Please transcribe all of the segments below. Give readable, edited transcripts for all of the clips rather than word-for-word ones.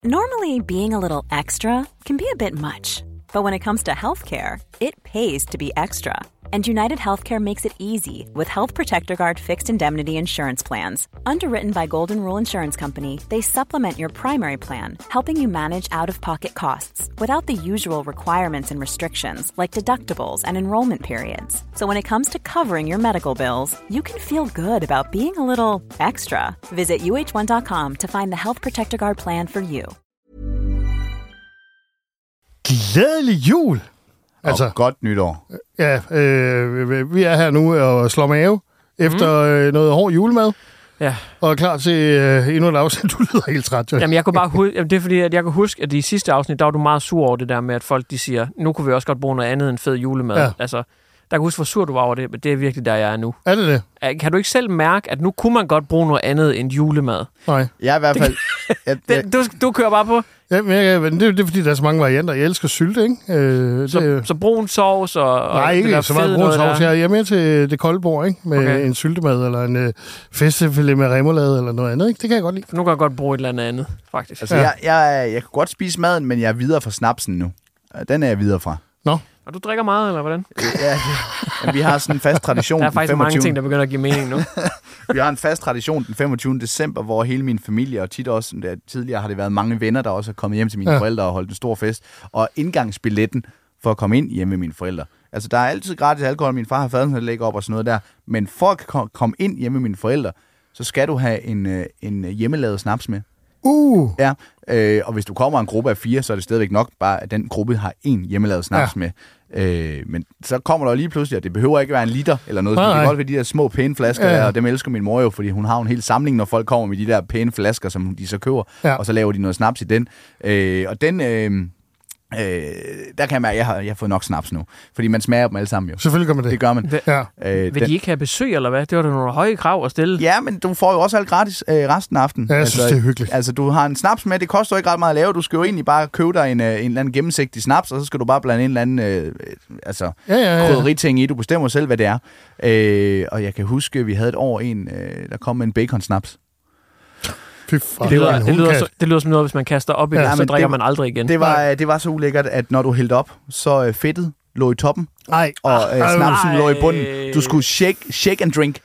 Normally, being a little extra can be a bit much, but when it comes to healthcare, it pays to be extra. And United Healthcare makes it easy with Health Protector Guard fixed indemnity insurance plans. Underwritten by Golden Rule Insurance Company, they supplement your primary plan, helping you manage out-of-pocket costs without the usual requirements and restrictions like deductibles and enrollment periods. So when it comes to covering your medical bills, you can feel good about being a little extra. Visit uh1.com to find the Health Protector Guard plan for you. Glædelig jul! Altså, godt nytår. Ja, vi er her nu og slår mave efter noget hård julemad. Ja. Og er klar til endnu et afsnit. Du lyder helt træt, Johnny. Jamen, jeg kunne bare det er fordi, at jeg kan huske, at i sidste afsnit, der var du meget sur over det der med, at folk de siger, nu kunne vi også godt bruge noget andet end fed julemad. Ja. Altså, der kan huske, hvor sur du var over det, men det er virkelig der, jeg er nu. Er det det? Kan du ikke selv mærke, at nu kunne man godt bruge noget andet end julemad? Nej. Jeg er i hvert fald... Du kører bare på? Ja, men det er fordi, der er så mange varianter. Jeg elsker sylte, ikke? Så brun sovs og... Nej, ikke så meget brun sovs. Jeg er med til det kolde bord, ikke? Med en syltemad eller en festifilet med remoulade eller noget andet, ikke? Det kan jeg godt lide. Nu kan jeg godt bruge et eller andet, faktisk. Altså, jeg kan godt spise maden, men jeg er videre fra snapsen nu. Den er jeg videre fra. Nå. Og du drikker meget, eller hvordan? Ja, vi har sådan en fast tradition. Der er faktisk mange ting, der begynder at give mening nu. Vi har en fast tradition den 25. december, hvor hele min familie, og tit også tidligere har det været mange venner, der også er kommet hjem til mine forældre og holdt en stor fest. Og indgangsbilletten for at komme ind hjemme med mine forældre. Altså, der er altid gratis alkohol, min far har fadensanlæg op og sådan noget der. Men for at komme ind hjemme med mine forældre, så skal du have en hjemmelavet snaps med. Ja, og hvis du kommer en gruppe af 4, så er det stadigvæk nok bare, at den gruppe har en hjemmelavet snaps med. Men så kommer der lige pludselig, og det behøver ikke være en liter eller noget. Det kan godt være de der små pæne flasker der, og dem elsker min mor jo, fordi hun har en hel samling, når folk kommer med de der pæne flasker, som de så køber, og så laver de noget snaps i den. Og den... der kan jeg mærke, at jeg har fået nok snaps nu. Fordi man smager dem alle sammen jo. Selvfølgelig gør man det. Det gør man. Vil de ikke have besøg, eller hvad? Det var da nogle høje krav at stille. Ja, men du får jo også alt gratis resten af aftenen. Ja, jeg synes, det er hyggeligt. Altså, du har en snaps med, det koster ikke ret meget at lave. Du skal jo egentlig bare købe dig en eller anden gennemsigtig snaps, og så skal du bare blande en eller anden krydderiting i. Du bestemmer selv, hvad det er. Og jeg kan huske, vi havde et år der kom med en bacon-snaps. Det lyder som noget, hvis man kaster op i det, så drikker man aldrig igen. Det var så ulækkert, at når du hældte op, så fedtet lå i toppen, og snapsen lå i bunden. Du skulle shake and drink.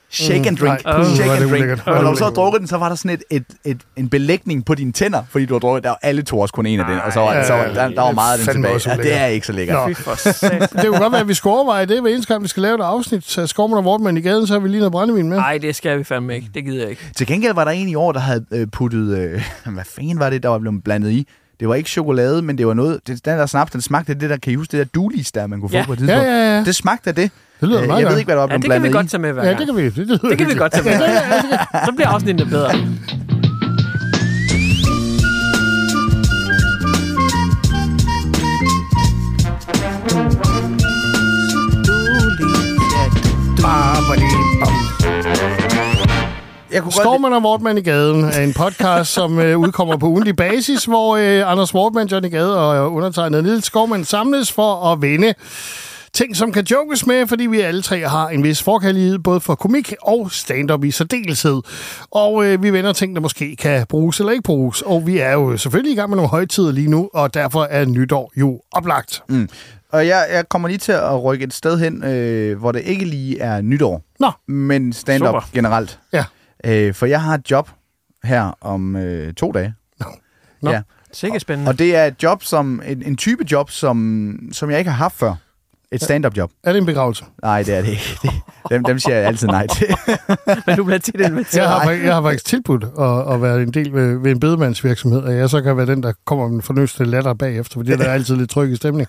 Og når du så drukkede den, så var der sådan en belægning på dine tænder, fordi du har drukket, der alle to også kun en af den, og så der var meget af den tilbage. Ja, det er ikke så lækkert. Det kunne godt være, at vi skal overveje det, hver eneste gang vi skal lave et afsnit. Så Skovman og Wortmann i gaden, så har vi lige noget brændevin med. Nej, det skal vi fandme ikke. Det gider jeg ikke. Til gengæld var der en i år, der havde puttet... hvad fanden var det, der var blevet blandet i? Det var ikke chokolade, men det var noget... Den der snaps, den smagte det der... Kan I huske det der Dulis, der man kunne få på et tidspunkt? Ja. Det smagte af det. Det lyder meget. Jeg ved ikke, hvad der var blevet blandet i. Det kan vi godt tage med hver gang. Ja, det kan vi. Det kan vi godt tage med. Så bliver afsnittet bedre. Skovman og Wortmann i gaden er en podcast, som udkommer på ugentlig basis, hvor Anders Wortmann, Johnny Gade og undertegnet Niels Skovman samles for at vinde ting, som kan jokes med, fordi vi alle tre har en vis forkærlighed, både for komik og stand-up i særdeleshed. Og vi vender ting, der måske kan bruges eller ikke bruges. Og vi er jo selvfølgelig i gang med nogle højtider lige nu, og derfor er nytår jo oplagt. Og jeg kommer lige til at rykke et sted hen, hvor det ikke lige er nytår, men stand-up generelt. Ja. For jeg har et job her om 2 dage. Nå. Ja. Sikkert spændende. Og det er et job, en type job, som jeg ikke har haft før. Et stand-up job. Er det en begravelse? Nej, det er det ikke. Dem siger jeg altid nej til. Men du bliver tit inviteret. Jeg har faktisk tilbudt at være en del ved en bedemandsvirksomhed, og jeg så kan være den, der kommer med den fornøste latter bagefter, fordi der er altid lidt tryg i stemning.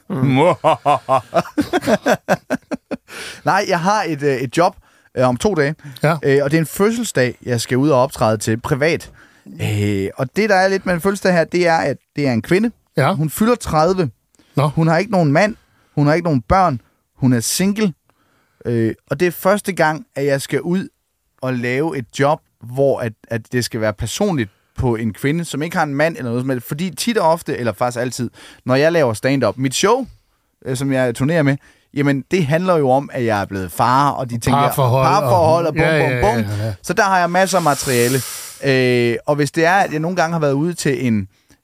Nej, jeg har et job om 2 dage, og det er en fødselsdag, jeg skal ud og optræde til privat. Og det, der er lidt med en fødselsdag her, det er, at det er en kvinde. Ja. Hun fylder 30. Hun har ikke nogen mand. Hun har ikke nogen børn. Hun er single. Og det er første gang, at jeg skal ud og lave et job, hvor at det skal være personligt på en kvinde, som ikke har en mand eller noget som helst. Fordi tit og ofte, eller faktisk altid, når jeg laver stand-up, mit show, som jeg turnerer med, jamen det handler jo om, at jeg er blevet far, og de tænker parforhold og bum. Så der har jeg masser af materiale. Og hvis det er, at jeg nogle gange har været ude til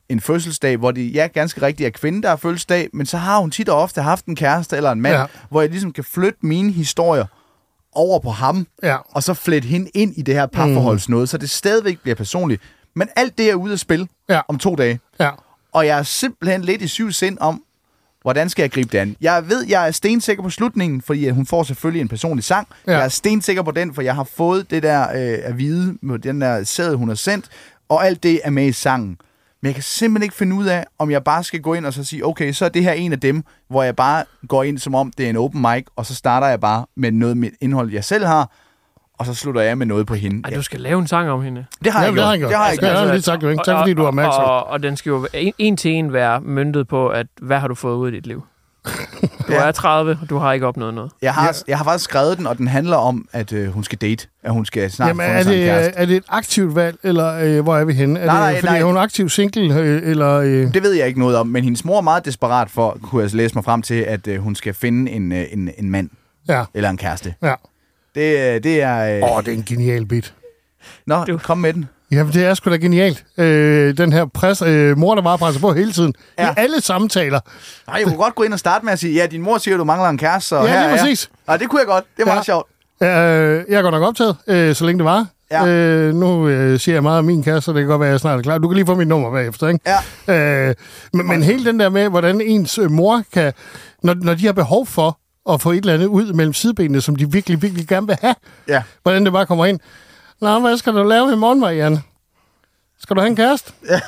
en fødselsdag, hvor det ganske rigtigt er kvinde, der har fødselsdag, men så har hun tit og ofte haft en kæreste eller en mand, hvor jeg ligesom kan flytte mine historier over på ham, og så flette hende ind i det her parforholdsnode, så det stadigvæk bliver personligt. Men alt det er ude at spille om 2 dage. Ja. Og jeg er simpelthen lidt i syv sind om, hvordan skal jeg gribe det an? Jeg er stensikker på slutningen, fordi hun får selvfølgelig en personlig sang. Ja. Jeg er stensikker på den, for jeg har fået det der at vide med den der sæde, hun har sendt, og alt det er med i sangen. Men jeg kan simpelthen ikke finde ud af, om jeg bare skal gå ind og så sige, okay, så er det her en af dem, hvor jeg bare går ind, som om det er en open mic, og så starter jeg bare med noget med indhold, jeg selv har, og så slutter jeg med noget på hende. Ej, du skal lave en sang om hende. Det har jeg gjort. Det har jeg lige sagt, ikke? Tak fordi du er opmærksom. Og den skal jo en til en være møntet på, at hvad har du fået ud i dit liv? Du er 30, og du har ikke opnået noget. Jeg har faktisk skrevet den, og den handler om, at hun skal date. At hun skal snart få en kæreste. Er det et aktivt valg, eller hvor er vi henne? Er hun aktiv single, eller... Det ved jeg ikke noget om, men hendes mor er meget desperat for, kunne jeg læse mig frem til, at hun skal finde en mand. Ja. Eller en kæreste. Ja. Det er... det er en genial bit. Nå, kom med den. Jamen, det er sgu da genialt. Den her mor, der bare presser på hele tiden. I alle samtaler. Nej, jeg kunne godt gå ind og starte med at sige, din mor siger, at du mangler en kæreste. Så ja, det er præcis. Ja, det kunne jeg godt. Det var meget sjovt. Jeg er godt nok optaget, så længe det var. Ja. Nu siger jeg meget om min kæreste, så det kan godt være, at jeg snart er klar. Du kan lige få mit nummer bagefter, ikke? Ja. Men hele den der med, hvordan ens mor kan, når de har behov for at få et eller andet ud mellem sidebenene, som de virkelig, virkelig gerne vil have, hvordan det bare kommer ind. Nå, hvad skal du lave i morgen, Marianne? Skal du have en kæreste? Ja.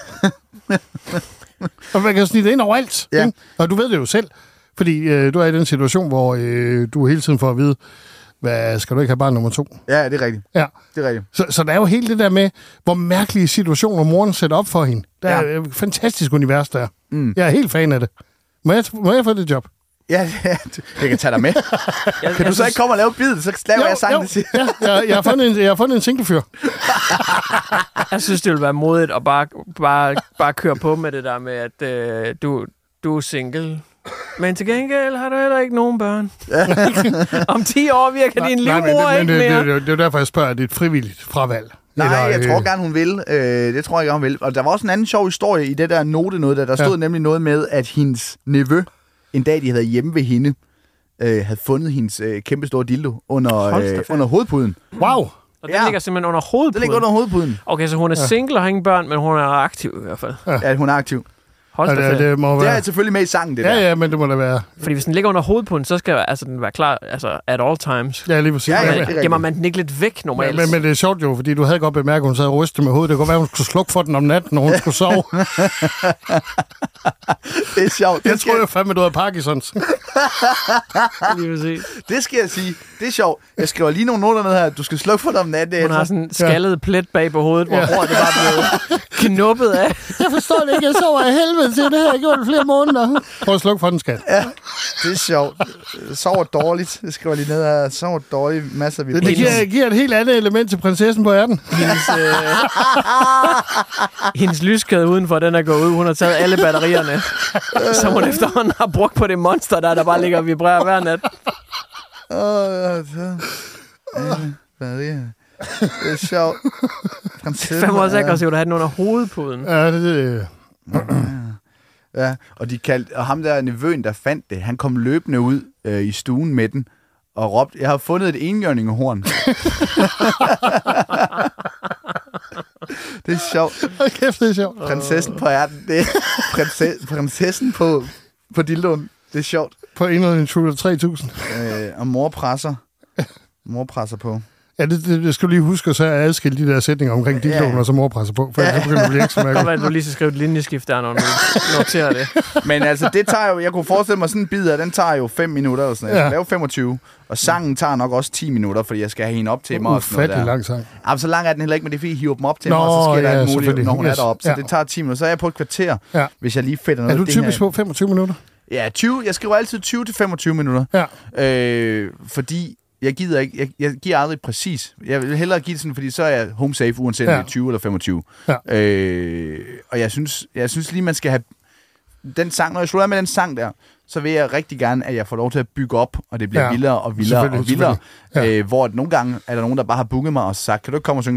Og man kan snige det ind overalt. Ja. Og du ved det jo selv. Fordi du er i den situation, hvor du hele tiden får at vide, hvad skal du ikke have barn nummer 2? Ja, det er rigtigt. Ja. Det er rigtigt. Så der er jo hele det der med, hvor mærkelige situationer moren sætter op for hende. Der er et fantastisk univers der. Mm. Jeg er helt fan af det. Må jeg få det job? Ja, jeg kan tage dig med. Kan du så ikke komme og lave bid, så laver jeg sangen til. Ja, jeg har fundet en singlefyr. Jeg synes, det ville være modigt at bare køre på med det der med, at du er single. Men til gengæld har du heller ikke nogen børn. Om 10 år virker din livmor ikke mere. Det er derfor, jeg spørger, at det er et frivilligt fravalg. Nej, jeg tror gerne, hun vil. Det tror jeg gerne, hun vil. Og der var også en anden sjov historie i det der note noget, der stod nemlig noget med, at hendes nevø, en dag, de havde hjemme ved hende, havde fundet hendes kæmpestore dildo under hovedpuden. Wow! Og det ligger simpelthen under hovedpuden? Det ligger under hovedpuden. Okay, så hun er single og har ingen børn, men hun er aktiv i hvert fald. Ja, hun er aktiv. Hold da det er selvfølgelig med i sangen, det der. Ja, men det må da være. Fordi hvis den ligger under hovedpuden, så skal den være klar at all times. Ja, lige præcis. Gemmer man den ikke lidt væk normalt? Men det er sjovt jo, fordi du havde godt bemærket, at hun sad og rystede med hovedet. Det kunne være, hun skulle slukke for den om natten, når hun skulle sove. Det er sjovt. Jeg tror jo fandme, du havde Parkinsons. Lige præcis. Det skal jeg sige. Det er sjovt. Jeg skriver lige nogle noter ned her. Du skal slukke for den om natten. Hun har sådan en skaldet plet bag på hovedet, hvor det bare blev knuppet af. Jeg forstår det ikke. Jeg sover af helvede til det her. Jeg gjorde det flere måneder. Prøv at slukke for den, skat. Ja, det er sjovt. Sover dårligt. Det skriver lige ned her. Sover dårligt. Masser af det giver et helt andet element til prinsessen på ærten. Hendes lyskæde udenfor, den er gået ud. Hun har taget alle batterierne, som hun efterhånden har brugt på det monster, der bare ligger og vibrerer hver nat. Det er sjovt. 5 år aggressivt at have den under hovedpuden. Ja, det. Ja, og ham der nevøen, der fandt det, han kom løbende ud i stuen med den og råbte, jeg har fundet et enhjørningehorn. Det er sjovt. Kæft, det er sjovt. Prinsessen på ærten, det er prinsessen på dildoen. Det er sjovt. På Intruder 3000. Og mor presser på. Ja, det skal du lige huske at adskille de der sætninger omkring dildoen, og så mor presser på. For så begynder du blive ikke så mærkeligt. Du lige så skrive et linjeskift der, når du noterer det. Men altså, det tager jo, jeg kunne forestille mig sådan en bid af, den tager jo 5 minutter eller sådan noget. Jeg skal lave 25, og sangen tager nok også 10 minutter, fordi jeg skal have hende op til mig. Ufattelig lang sang. Ja, så lang er den heller ikke, men det er fordi, jeg hiver dem op til mig, og så sker der alt muligt, når hun er deroppe. Så det tager 10 minutter. Så er jeg på et kvarter, hvis jeg lige fætter noget. Er du typisk på 25 minutter? Ja, 20. Jeg skriver altid 20-25 minutter. Ja. Fordi jeg gider ikke, jeg giver aldrig præcis. Jeg vil hellere give det sådan, fordi så er jeg home safe, uanset om det er 20 eller 25. Ja. Og jeg synes lige, man skal have den sang, når jeg slutter med den sang der, så vil jeg rigtig gerne, at jeg får lov til at bygge op, og det bliver vildere og vildere og vildere. Ja. Hvor nogle gange er der nogen, der bare har booket mig og sagt, kan du ikke komme og synge sang?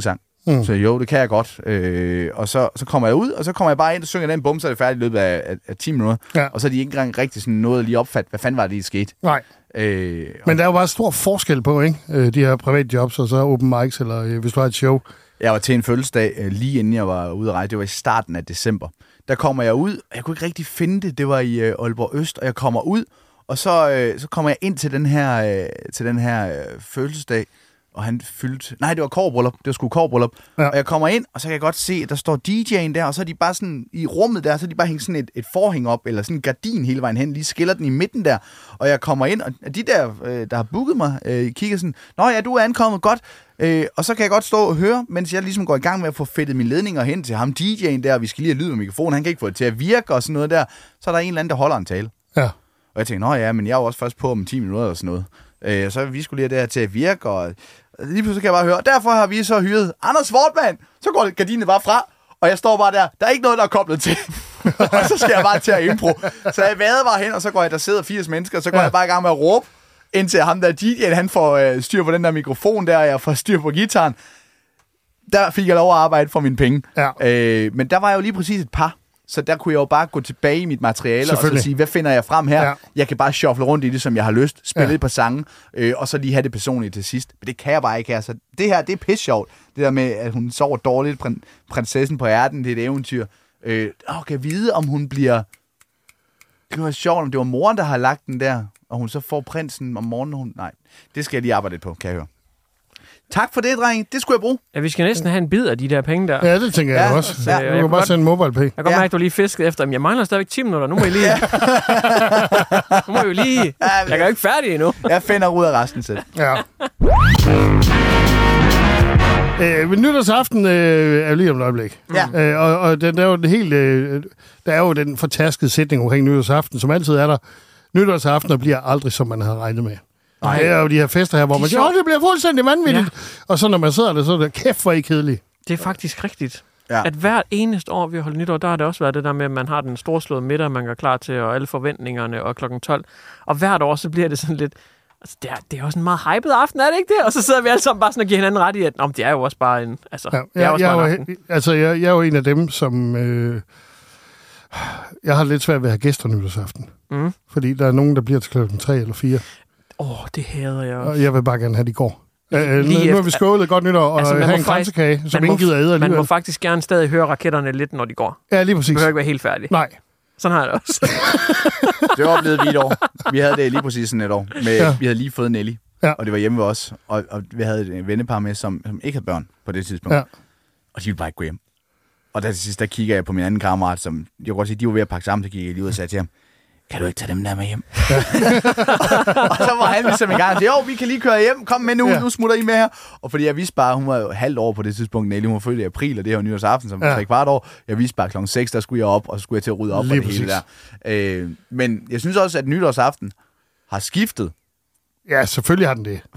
Så jo, det kan jeg godt. Og så kommer jeg ud, og så kommer jeg bare ind og synger den bum, så er det færdigt i løbet af 10 minutter. Ja. Og så er de ikke engang rigtig sådan noget at lige opfatte, hvad fanden var det, der skete. Nej. Men der er jo bare stor forskel på, ikke? De her private jobs, og så open mics, eller hvis du har et show. Jeg var til en fødselsdag, lige inden jeg var ude at rejse. Det var i starten af december. Der kommer jeg ud, og jeg kunne ikke rigtig finde det. Det var i Aalborg Øst, og jeg kommer ud, og så kommer jeg ind til den her fødselsdag, og han fyldte... Nej, det var kobberbryllup. Det var sgu kobberbryllup. Ja. Og jeg kommer ind, og så kan jeg godt se, at der står DJ'en der, og så er de bare sådan... I rummet der, så er de bare hængt sådan et forhæng op, eller sådan en gardin hele vejen hen, lige skiller den i midten der. Og jeg kommer ind, og de der har booket mig, kigger sådan... Nå ja, du er ankommet godt. Og så kan jeg godt stå og høre, mens jeg ligesom går i gang med at få fedtet mine ledninger hen til ham, DJ'en der, og vi skal lige have lyd med mikrofonen. Han kan ikke få det til at virke og sådan noget der. Så er der en eller anden, der holder en tale. Ja. Og jeg tænker, nå ja, men jeg er jo også først på om 10 minutter og sådan noget. Så vi skulle lige have det her til at virke, og lige pludselig kan jeg bare høre. Derfor har vi så hyret Anders Wortmann. Så går gardinet bare fra, og jeg står bare der. Der er ikke noget, der er koblet til. Og så skal jeg bare til at impro. Så jeg vader bare hen, og så går jeg, der sidder 80 mennesker, og så går jeg bare i gang med at råbe, indtil ham der DJ'en, han får styr på den der mikrofon der, og jeg får styr på gitaren. Der fik jeg lov at arbejde for mine penge. Ja. Men der var jeg jo lige præcis et par. Så der kunne jeg jo bare gå tilbage i mit materiale og så sige, hvad finder jeg frem her? Ja. Jeg kan bare shuffle rundt i det, som jeg har lyst. Spille et par sange, og så lige have det personligt til sidst. Men det kan jeg bare ikke her. Så det her, det er pisse sjovt. Det der med, at hun sover dårligt, prinsessen på ærten, det er et eventyr. Kan jeg vide, om hun bliver... Det var sjovt, om det var moren, der har lagt den der, og hun så får prinsen om morgenen. Nej, det skal jeg lige arbejde lidt på, kan jeg høre. Tak for det, dreng. Det skulle jeg bruge. Ja, vi skal næsten have en bid af de der penge der. Ja, det tænker jeg også. Ja. Du kan bare sende en MobilePay. Jeg kan godt mærke, at du lige fiskede efter, men jeg mangler stadigvæk 10 minutter. Nu må I lige... Nu må I jo lige... Jeg er jo ikke færdig endnu. Jeg finder ud af resten selv. Ja. Nytårsaften er lige om et øjeblik. Ja. Og der er jo den helt... der er jo den fortaskede sætning omkring nytårsaften, som altid er der. Nytårsaftener bliver aldrig, som man havde regnet med. Nej. Det er jo de her fester her, hvor man siger, det bliver fuldstændig vanvittigt. Ja. Og så når man sidder der, så er det kæft, hvor I kedeligt. Det er faktisk rigtigt. Ja. At hvert eneste år, vi har holdt nytår, der har det også været det der med, at man har den storslåede middag, man gør klar til, og alle forventningerne, og klokken 12. Og hvert år, så bliver det sådan lidt... Altså, det er også en meget hyped aften, er det ikke det? Og så sidder vi alle sammen bare sådan og giver hinanden ret i, at det er jo også bare en... Altså, det er også bare en aften. Altså, jeg er jo en af dem, som... jeg har lidt svært ved at have gæster nytårsaften. Mm. Fordi der er nogen, der bliver til klokken 3 eller 4. Det hader jeg også. Og jeg vil bare gerne have det i går. Nu har vi skålet godt nytår og have en kransekage, som ingen gider æde alligevel. Man må faktisk gerne stadig høre raketterne lidt, når de går. Ja, lige præcis. Det behøver ikke være helt færdigt. Nej. Sådan har jeg det også. Det oplevede vi et år. Vi havde det lige præcis sådan et år. Vi havde lige fået Nelly, og det var hjemme ved os. Og vi havde et vennepar med, som ikke havde børn på det tidspunkt. Ja. Og de ville bare ikke gå hjem. Og der til sidst, der kigger jeg på min anden kammerat, som jeg kan godt sige, de var ved at pakke sammen, så kiggede jeg lige ud og sagde til ham, kan du ikke tage dem der med hjem? Og så var han ligesom i gang. Jo, vi kan lige køre hjem. Kom med nu, nu smutter I med her. Og fordi jeg vidste bare, hun var jo halvt år på det tidspunkt. Nelly, hun var født i april, og det her var nytårsaften, som var 3/4 år. Jeg vidste bare, klokken 6, der skulle jeg op, og så skulle jeg til at rydde op lige og det hele der. Men jeg synes også, at nytårsaften har skiftet. Ja, selvfølgelig har den det.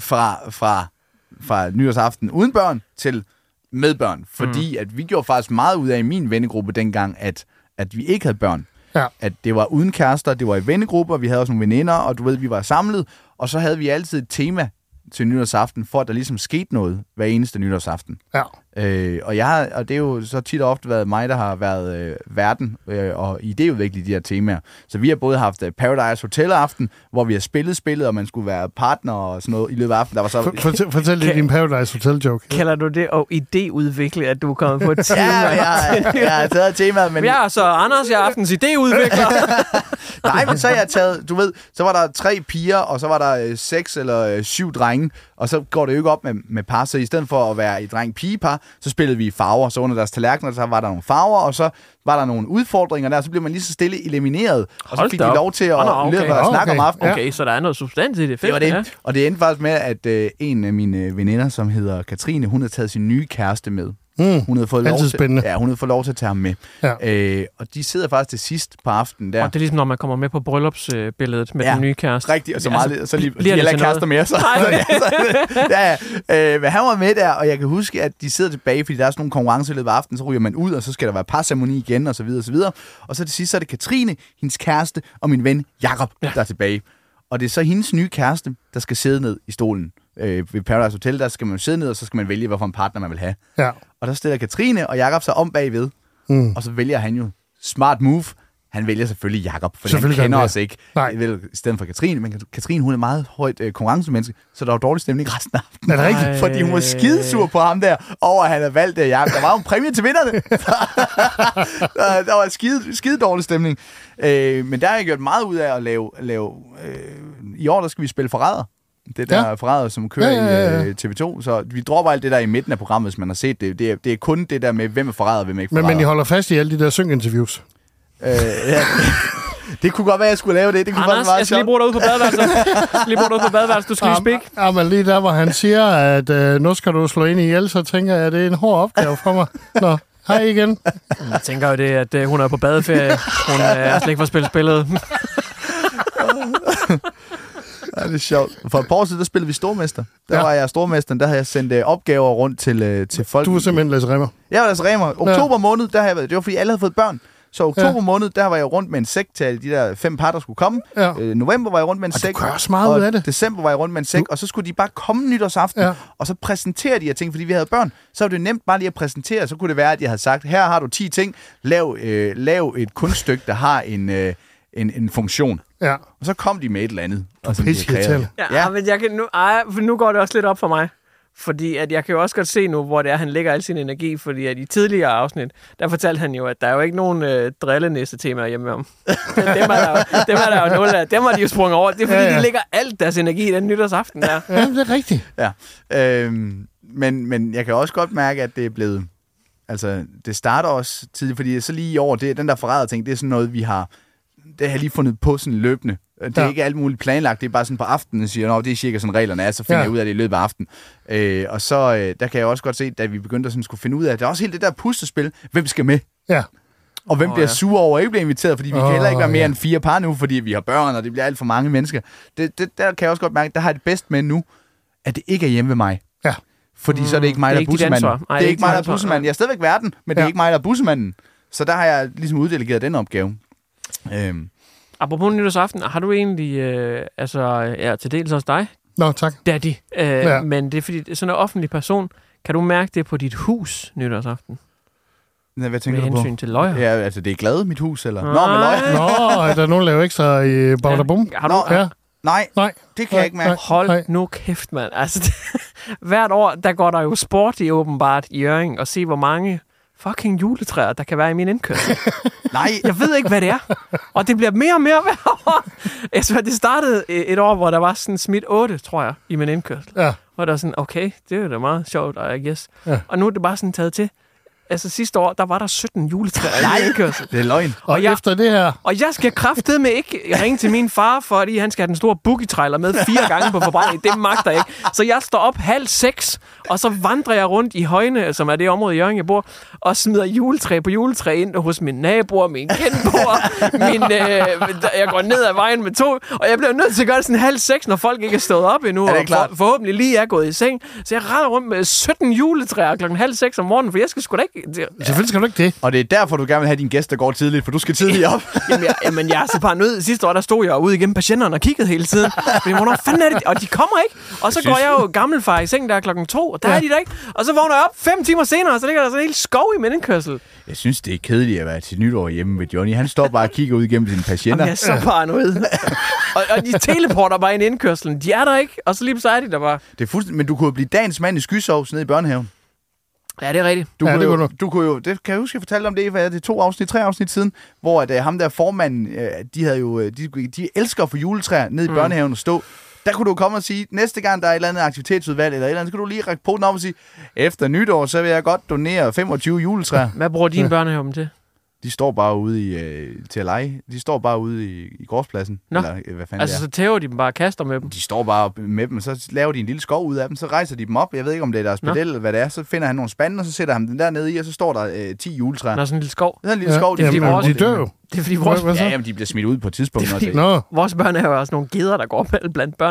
Fra nytårsaften uden børn til med børn. Fordi at vi gjorde faktisk meget ud af i min vennegruppe dengang, at vi ikke havde børn. Ja. At det var uden kærester, det var i vennegrupper, vi havde også nogle veninder, og du ved, vi var samlet, og så havde vi altid et tema til nytårsaften, for at der ligesom skete noget hver eneste nytårsaften. Ja. Og det er jo så tit og ofte været mig, der har været verden og idéudviklet de her temaer. Så vi har både haft Paradise Hotel-aften, hvor vi har spillet, og man skulle være partner og sådan noget i løbet af aftenen. Der var så... Fortæl lige din Paradise Hotel-joke. Kalder du det at idéudvikle, at du er kommet på et tema? jeg har taget temaet, men... Ja, så Anders, jeg er aftens idéudvikler. Nej, men så har jeg taget, du ved, så var der 3 piger, og så var der 6 eller 7 drenge, og så går det jo ikke op med par, så i stedet for at være et dreng-pige-par, så spillede vi farver, så under deres tallerkener, så var der nogle farver, og så var der nogle udfordringer der, og så blev man lige så stille elimineret, og så fik de lov til at snakke om aftenen. Okay, så der er noget substans i det. Fedt, det var det. Ja. Og det endte faktisk med, at en af mine veninder, som hedder Katrine, hun havde taget sin nye kæreste med. Hun havde fået lov til at tage ham med. Ja. Og de sidder faktisk til sidst på aftenen der. Og det er ligesom, når man kommer med på bryllupsbilledet med den nye kæreste. Rigtigt, og så meget, så de heller ikke kærester mere. Men han var med der, og jeg kan huske, at de sidder tilbage, fordi der er sådan nogle konkurrencer i løbet af aftenen, så ryger man ud, og så skal der være parceremoni igen, og så videre, og så videre. Og så til sidst, så er det Katrine, hendes kæreste, og min ven Jakob, der er tilbage. Og det er så hendes nye kæreste, der skal sidde ned i stolen. Ved Paradise Hotel, der skal man sidde ned, og så skal man vælge, hvilken partner man vil have. Ja. Og der stiller Katrine og Jakob sig om bagved. Og så vælger han jo smart move. Han vælger selvfølgelig Jakob, for han kender os ikke. I stedet for Katrine. Men Katrine, hun er meget højt konkurrencemenneske, så der var dårlig stemning resten af aftenen. Er det rigtigt? Fordi hun var skidesur på ham der, over at han havde valgt Jakob. Der var jo en præmie til vinderne. Der var skide dårlig stemning. Men der har jeg gjort meget ud af at lave i år, der skal vi spille Forræder. Det der Forræder, som kører i TV2. Så vi dropper alt det der i midten af programmet, hvis man har set det. Det er kun det der med, hvem er Forræder, hvem er ikke Forræder. Men I holder fast i alle de der synginterviews? Ja. Det kunne godt være, at jeg skulle lave det. Det kunne Anders, jeg skal lige bruge dig ud på badeværelset. Du skal lige speak. Ja, men lige der, hvor han siger, at nu skal du slå ind i ihjel, så tænker jeg, at det er en hård opgave for mig. Nå, hej igen. Jeg tænker jo det, at hun er på badeferie. Hun er slet ikke for at spille spillet. Ja, det er sjovt. For et par år siden, der spillede vi stormester. Der var jeg stormesteren, der havde jeg sendt opgaver rundt til folk. Du var simpelthen Lasse Remmer. Jeg var Lasse Remmer. Oktober måned, der havde jeg været. Det var fordi alle havde fået børn. Så oktober måned, der var jeg rundt med en sæk til alle de der 5 par, der skulle komme. Ja. November var jeg rundt med en sæk. Du kører også meget ud af det. December var jeg rundt med en sæk, og så skulle de bare komme nytårsaften, og så præsentere de her ting, fordi vi havde børn. Så var det nemt bare lige at præsentere. Så kunne det være, at jeg havde sagt, her har du 10 ting. Lav et kunststykke, der har en funktion. Ja. Og så kom de med et eller andet. Men nu går det også lidt op for mig. Fordi at jeg kan jo også godt se nu, hvor det er, han lægger al sin energi. Fordi at i tidligere afsnit, der fortalte han jo, at der er jo ikke nogen drillenæste-temaer hjemme om. dem er der jo nul af. Dem har de jo sprunget over. Det er fordi, de lægger alt deres energi i den nytårsaften der. Ja, det er rigtigt. Ja. Men jeg kan også godt mærke, at det er blevet... Altså, det starter også tidligt, fordi så lige i år, den der Forræder-ting, det er sådan noget, vi har... Det har jeg lige fundet på sådan løbende. Det er ikke alt muligt planlagt, det er bare sådan på aftenen, jeg siger, det er cirka sådan reglerne er, så finder jeg ud af det i løbet af aftenen. Og så, der kan jeg også godt se, da vi begyndte at sådan skulle finde ud af, det er også helt det der puslespil, hvem skal med? Ja. Og hvem bliver sur over at ikke blive inviteret, fordi vi kan heller ikke være mere end 4 par nu, fordi vi har børn, og det bliver alt for mange mennesker. Der kan jeg også godt mærke, der har jeg det bedst med nu, at det ikke er hjemme ved mig. Ja. Fordi så er det ikke mig, der er bussemanden. Det er ikke mig, der er bussemanden. Jeg er stadigvæk verden, men det er ikke mig, der er bussemanden. Så der har jeg ligesom uddelegeret den opgave. Apropos nytårsaften, har du egentlig, til dels også dig? Nå, tak. Daddy. Men det er fordi, sådan en offentlig person, kan du mærke det på dit hus nytårsaften? Hvad tænker du på? Med hensyn til løjer. Ja, altså det er glad, mit hus, eller? Nå, med løjer. Nå, er der nogen, der laver ekstra i Bagdabum? Har du? Ja. Nej, det kan jeg ikke mærke. Hold nu kæft, mand. Altså, hvert år, der går der jo sport i åbenbart i Hjørring, og se, hvor mange fucking juletræer, der kan være i min indkørsel. Nej. Jeg ved ikke, hvad det er. Og det bliver mere og mere hver år. Altså, det startede et år, hvor der var sådan smidt 8, tror jeg, i min indkørsel. Ja. Hvor der var sådan, okay, det er jo da meget sjovt, I guess. Ja. Og nu er det bare sådan taget til. Altså sidste år, der var der 17 juletræer i indkørsel. Det er løgn. Og efter det her... Og jeg skal kraftedeme ikke ringe til min far, fordi han skal have den store boogie-trailer med 4 gange på forbrænding. Det magter jeg ikke. Så jeg står op 5:30, og så vandrer jeg rundt i Højne, som er det område i Hjørring, jeg bor, og smider juletræ på juletræ ind hos min naboer, min genboer, jeg går ned ad vejen med 2, og jeg bliver nødt til at gøre det sådan 5:30, når folk ikke er stået op endnu, og forhåbentlig lige er gået i seng. Så jeg render rundt med 17 juletræer kl. 5:30 om morgenen, for jeg skal sgu da ikke... Selvfølgelig skal du ikke det. Og det er derfor, du gerne vil have din gæster går tidligt, for du skal tidligt op. Jamen, jeg er så bare nødt. Sidste år, der stod jeg ude igennem patienterne og kiggede hele tiden. Fordi, hvornår fanden er det? Og de kommer ikke. Og så går jeg jo gammelfar i sengen der 2:00, og der er de der ikke. Og så vågner jeg op 5 timer senere, og så ligger der sådan en helt skov i min indkørsel. Jeg synes, det er kedeligt at være til nytår hjemme med Johnny. Han står bare og kigger ud igennem sine patienter. Jamen, jeg er så paranoid. og de teleporter bare ind i indkørselen. De er der ikke, og så lige så er de der bare. Det er fuldstændig, men du kunne blive dagens mand i skysovs nede i børnehaven. Ja, det er rigtigt. Du kunne jo, det kan jeg huske, jeg fortalte om det, for det er 3 afsnit siden, hvor at, ham der formanden, de havde jo, de elsker at få juletræer ned i børnehaven og stå. Der kunne du komme og sige, næste gang der er et eller andet aktivitetsudvalg, eller et eller andet, så kan du lige række poten op og sige, efter nytår, så vil jeg godt donere 25 juletræer. Hvad bruger din børnehave til? De står bare ude til at lege. De står bare ude i gårdspladsen. Nå. Eller, hvad fanden altså, så tæver de dem bare og kaster med dem? De står bare med dem, og så laver de en lille skov ud af dem. Så rejser de dem op. Jeg ved ikke, om det er deres pedel eller hvad det er. Så finder han nogle spande, og så sætter han den der nede i, og så står der 10 juletræer. Nå, sådan en lille skov. Det er en lille skov. De dør jo. Det er fordi vores... Ja, jamen, de bliver smidt ud på et tidspunkt. Vores børn er jo også nogle geder, der går blandt børnene.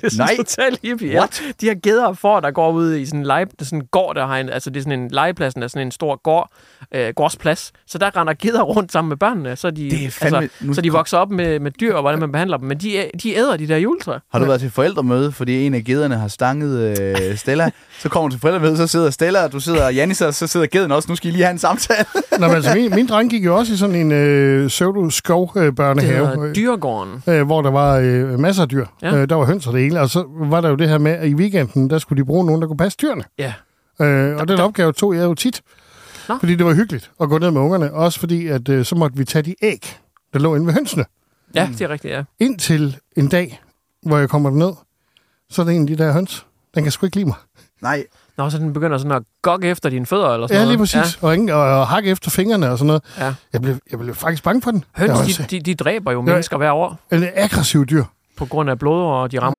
Det er sådan totalt hippie. Ja. De her geder og får, der går ud i sådan en gård, der har altså det er sådan en legepladsen, der er sådan en stor gårdsplads. Så der render geder rundt sammen med børnene, så de vokser op med dyr, og hvordan man behandler dem. Men de æder de der juletræer. Har du været til forældremøde, fordi en af gederne har stanget Stella? Så kommer du til forældremøde, så sidder Stella, og du sidder Janis, og så sidder geden også. Nu skal I lige have en samtale. Nå, men altså, min dreng gik jo også i sådan en pseudo-skov-børnehave. Det hedder Dyregården. Hvor der var masser af dyr. Ja. Der var høns og det hele. Og så var der jo det her med, at i weekenden, der skulle de bruge nogen, der kunne passe dyrene. Ja. Og den opgave tog jeg jo tit. Nå. Fordi det var hyggeligt at gå ned med ungerne. Også fordi, at så måtte vi tage de æg, der lå inde ved hønsene. Ja, det er rigtigt, ja. Indtil en dag, hvor jeg kommer derned, så er det en af de der høns. Den kan sgu ikke lide mig. Nej. Nå, så den begynder sådan at gokke efter dine fødder, eller sådan noget? Ja, lige præcis. Ja. Og hakke efter fingrene og sådan noget. Ja. Jeg blev faktisk bange for den. Høns, de dræber jo mennesker hver år. En aggressiv dyr. På grund af blodår, og de rammer.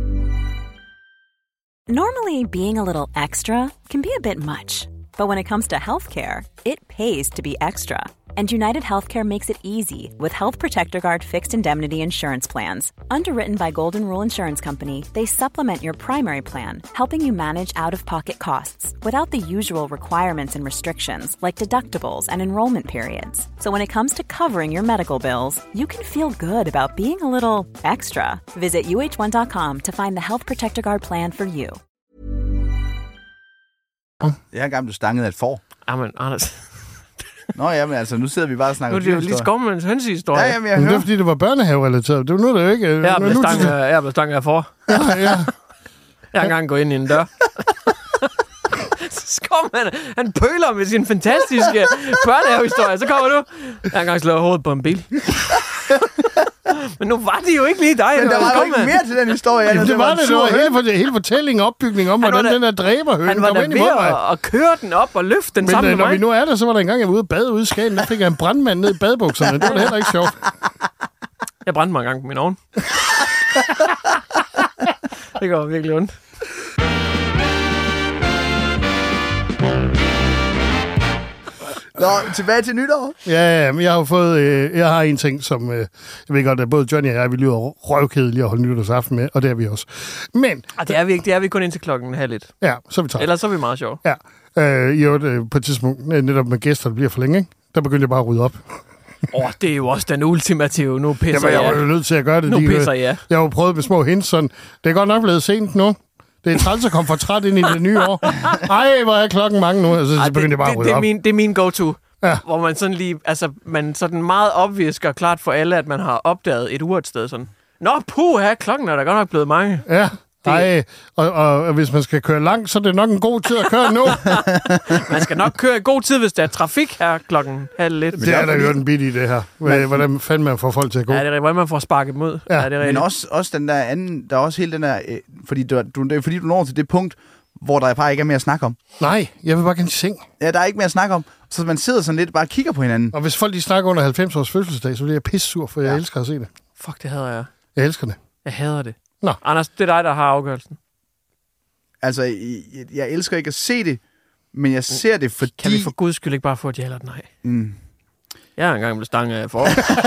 Normally, being a little extra can be a bit much. But when it comes to healthcare, it pays to be extra. And United Healthcare makes it easy with Health Protector Guard fixed indemnity insurance plans. Underwritten by Golden Rule Insurance Company, they supplement your primary plan, helping you manage out-of-pocket costs without the usual requirements and restrictions like deductibles and enrollment periods. So when it comes to covering your medical bills, you can feel good about being a little extra. Visit uh1.com to find the Health Protector Guard plan for you. Jeg har engang blevet stanget af et får. Jamen, Anders. Nå ja, men altså, nu sidder vi bare og snakker dyr. Nu er det lige skovmandens hønsehistorie. Ja, jamen, jeg hører. Det var fordi, det var børnehave-relateret. Det var nu, det jo ikke. Jeg er blevet stanget af for. Ja. Jeg har engang gået ind i en dør. Skovmanden, han pøler med sin fantastiske børnehavehistorie. Så kommer du. Jeg har engang slået hovedet på en bil. Men nu var det jo ikke lige dig. Men der var jo ikke mere til den historie. Jamen, det var det. Det var hele fortællingen og opbygningen om, hvordan den der dræberhøne kom ind i mig. Og køre den op og løfte den sammen med mig. Men når vi nu er der, så var der engang, jeg var ude og bade ude i Skagen. Der fik jeg en brandmand ned i badebukserne. Det var da heller ikke sjovt. Jeg brændte mig en gang på min ovn. Det går virkelig ondt. Nå, tilbage til nytår. Ja, men jeg har jo fået... jeg har en ting, som... jeg ved godt, at både Johnny og jeg, vi lyder røvkedelige at holde nytårsaften med, og det er vi også. Men... Det er vi ikke. Det er vi kun indtil 12:30. Ja, så er vi tager. Ellers så er vi meget sjove. Ja. På et tidspunkt, netop med gæster, der bliver for længe, ikke? Der begyndte jeg bare at rydde op. Det er jo også den ultimative. Nu pisser jeg. Jeg var jo nødt til at gøre det. Nu pisser jeg. Jeg har jo prøvet med små hints, sådan. Det er godt nok blevet sent nu. Det er træls at komme for træt ind i det nye år. Ej, hvor er klokken mange nu. Altså, så begyndte jeg bare at rydde op. Det er min go-to. Ja. Hvor man sådan lige, altså, man sådan meget obvious gør klart for alle, at man har opdaget et ur et sted sådan. Nå, klokken er der godt nok blevet mange. Ja. Ej, og hvis man skal køre langt, så er det nok en god tid at køre nu. Man skal nok køre i god tid, hvis der er trafik her 12:30. Det er der jo den bid i det her. Hvordan fanden man får folk til at gå. Ja, det er hvordan man får sparket dem ud. Ja. Det er men også den der anden, der er også hele den der, fordi du når til det punkt, hvor der bare ikke er mere at snakke om. Nej, jeg vil bare gerne seng. Ja, der er ikke mere at snakke om. Så man sidder sådan lidt og bare kigger på hinanden. Og hvis folk de snakker under 90 års fødselsdag, så bliver jeg pissesur, for jeg elsker at se det. Fuck, det hader jeg. Jeg elsker det. Jeg hader det. Nå. Anders, det er dig, der har afgørelsen. Altså, jeg elsker ikke at se det, men jeg ser det, fordi... Kan vi for guds skyld ikke bare få et ja eller et nej? Jeg har engang blevet stanget for.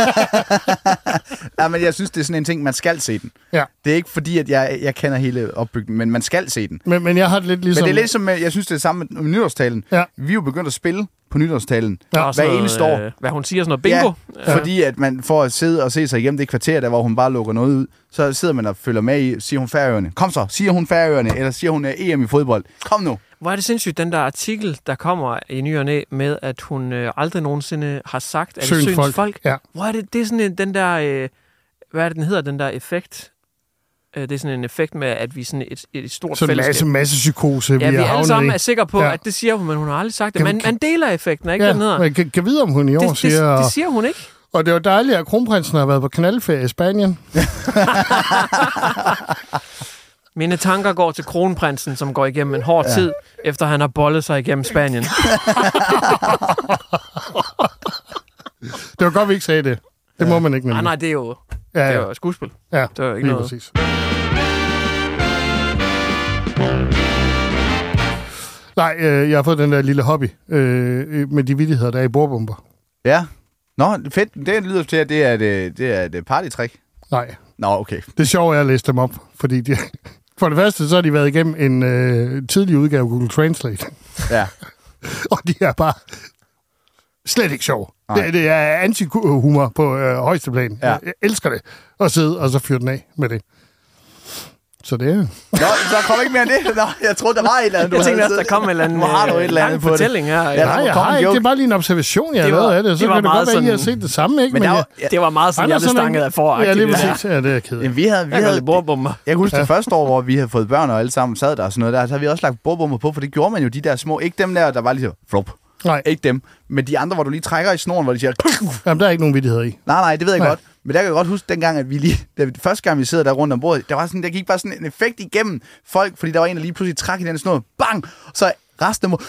Ja, men jeg synes, det er sådan en ting, man skal se den. Ja. Det er ikke fordi, at jeg kender hele opbygningen, men man skal se den. Men jeg har det lidt ligesom... Men det er lidt som, jeg synes, det er samme med nytårstalen. Ja. Vi er jo begyndt at spille på nytårstalen. Ja. Hver eneste år. Hvad hun siger, sådan noget bingo. Ja, fordi at man får at sidde og se sig igennem det kvarter, der hvor hun bare lukker noget ud. Så sidder man og følger med i, siger hun Færøerne. Kom så, siger hun Færøerne, eller siger hun EM i fodbold. Kom nu. Hvor er det sindssygt, den der artikel, der kommer i ny og næ, med, at hun aldrig nogensinde har sagt, at Søens folk. Ja. Hvor er det er sådan den der, hvad er det, den hedder, den der effekt? Det er sådan en effekt med, at vi er sådan et stort fællesskab. Så masse psykose, ja, vi alle sammen er sikre på, at det siger hun, men hun har aldrig sagt det. Man deler effekten, ikke den hedder? Men kan vide, om hun i år siger... Det siger hun ikke. Og det var dejligt, at kronprinsen har været på knaldferie i Spanien. Mine tanker går til kronprinsen, som går igennem en hård tid, efter han har bollet sig igennem Spanien. Det var godt, vi ikke sagde det. Det må man ikke nemlig. Nej, det er jo, det er jo skuespil. Ja, det er ikke noget. Præcis. Nej, jeg har fået den der lille hobby med de vittigheder, der er i bordbomber. Ja. Nå, fedt. Det lyder til, at det er et partytrick. Nej, Nå, okay. Det sjove er at læse dem op, fordi for det første, så har de været igennem en tidlig udgave af Google Translate. Ja. Og de er bare slet ikke sjov. Det er anti-humor på højeste plan. Ja. Jeg elsker det. At sidde og så fyre den af med det. Så det er... Nå, der kom ikke mere end det. Nå, jeg troede, der var et eller andet. Jeg tænkte også, der kom en eller anden har du et eller andet på fortælling her. Ja, nej, jeg har ikke. Det er bare lige en observation, jeg har lavet af det. Så kan det godt være, at I har set det samme, ikke? Men det var meget sådan, jeg blev stanget af for. Ja, lige præcis. Ja, det er kedeligt. Vi havde bordbomber. Jeg kan huske det første år, hvor vi havde fået børn og alle sammen sad der og sådan noget der, så havde vi også lagt bordbomber på, for det gjorde man jo, de der små. Ikke dem der var lige så flop. Nej. Ikke dem. Men de andre, hvor du lige trækker i snoren, hvor de siger... Jamen, der er ikke nogen vittigheder i. Nej, det ved jeg godt. Men der kan jeg godt huske dengang, at første gang vi sidder der rundt om bordet, der gik bare sådan en effekt igennem folk, fordi der var en, der lige pludselig trak i den snor. Bang! Så resten af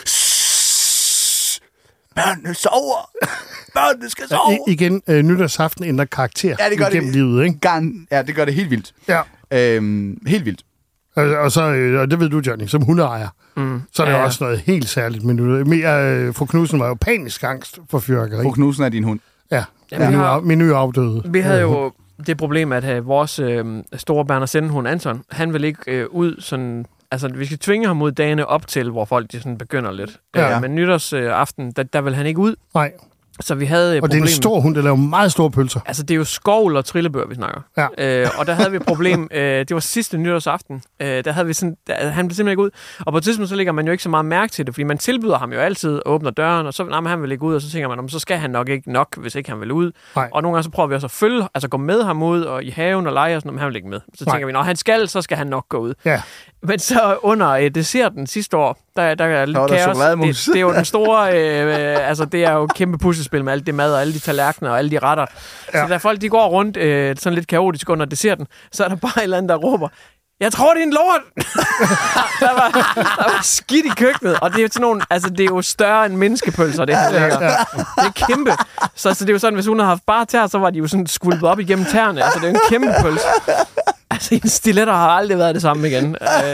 børnene sover! Børnene skal sove! Ja, igen, nytårsaften ændrer karakter igennem livet, ikke? Ja, det gør det helt vildt. Ja. Helt vildt. Og så, og det ved du, Johnny, som hundeejer, så er det også noget helt særligt. Men fru Knudsen var jo panisk angst for fyrværkeri. Fru Knudsen er din hund. Ja, min nye afdøde. Vi havde jo det problem, at vores store Berner Sennenhund Anton, han vil ikke ud sådan... Altså, vi skal tvinge ham ud dagene op til, hvor folk de sådan begynder lidt. Ja. Men nytårsaften, der vil han ikke ud. Nej. Så vi havde og det er en stor hund, der laver meget store pølser. Altså, det er jo skovl og trillebør, vi snakker. Ja. Og der havde vi et problem. Det var sidste nytårsaften. Der havde vi sådan... Han blev simpelthen ikke ud. Og på et tidspunkt, så lægger man jo ikke så meget mærke til det, fordi man tilbyder ham jo altid, åbner døren, og så han vil ikke ud, og så tænker man, så skal han nok ikke hvis ikke han vil ud. Nej. Og nogle gange så prøver vi også at følge, altså gå med ham ud, og i haven og lege og sådan noget, men han vil ikke med. Så tænker vi, når han skal, så skal han nok gå ud. Ja. Men så under desserten sidste år, der er lidt kaos. Det er jo den store... altså, det er jo et kæmpe puslespil med alt det mad og alle de tallerkener og alle de retter. Ja. Så da folk de går rundt sådan lidt kaotisk under desserten, så er der bare et eller andet, der råber, jeg tror, det er en lort! der var skidt i køkkenet, og det er jo sådan nogle... Altså, det er jo større end menneskepølser, det her. Ja. Det er kæmpe. Så det er jo sådan, hvis hun havde haft bare tær, så var de jo sådan skvulpet op igennem tæerne. Altså, det er jo en kæmpe pølse. Altså, en stiletter har aldrig været det samme igen.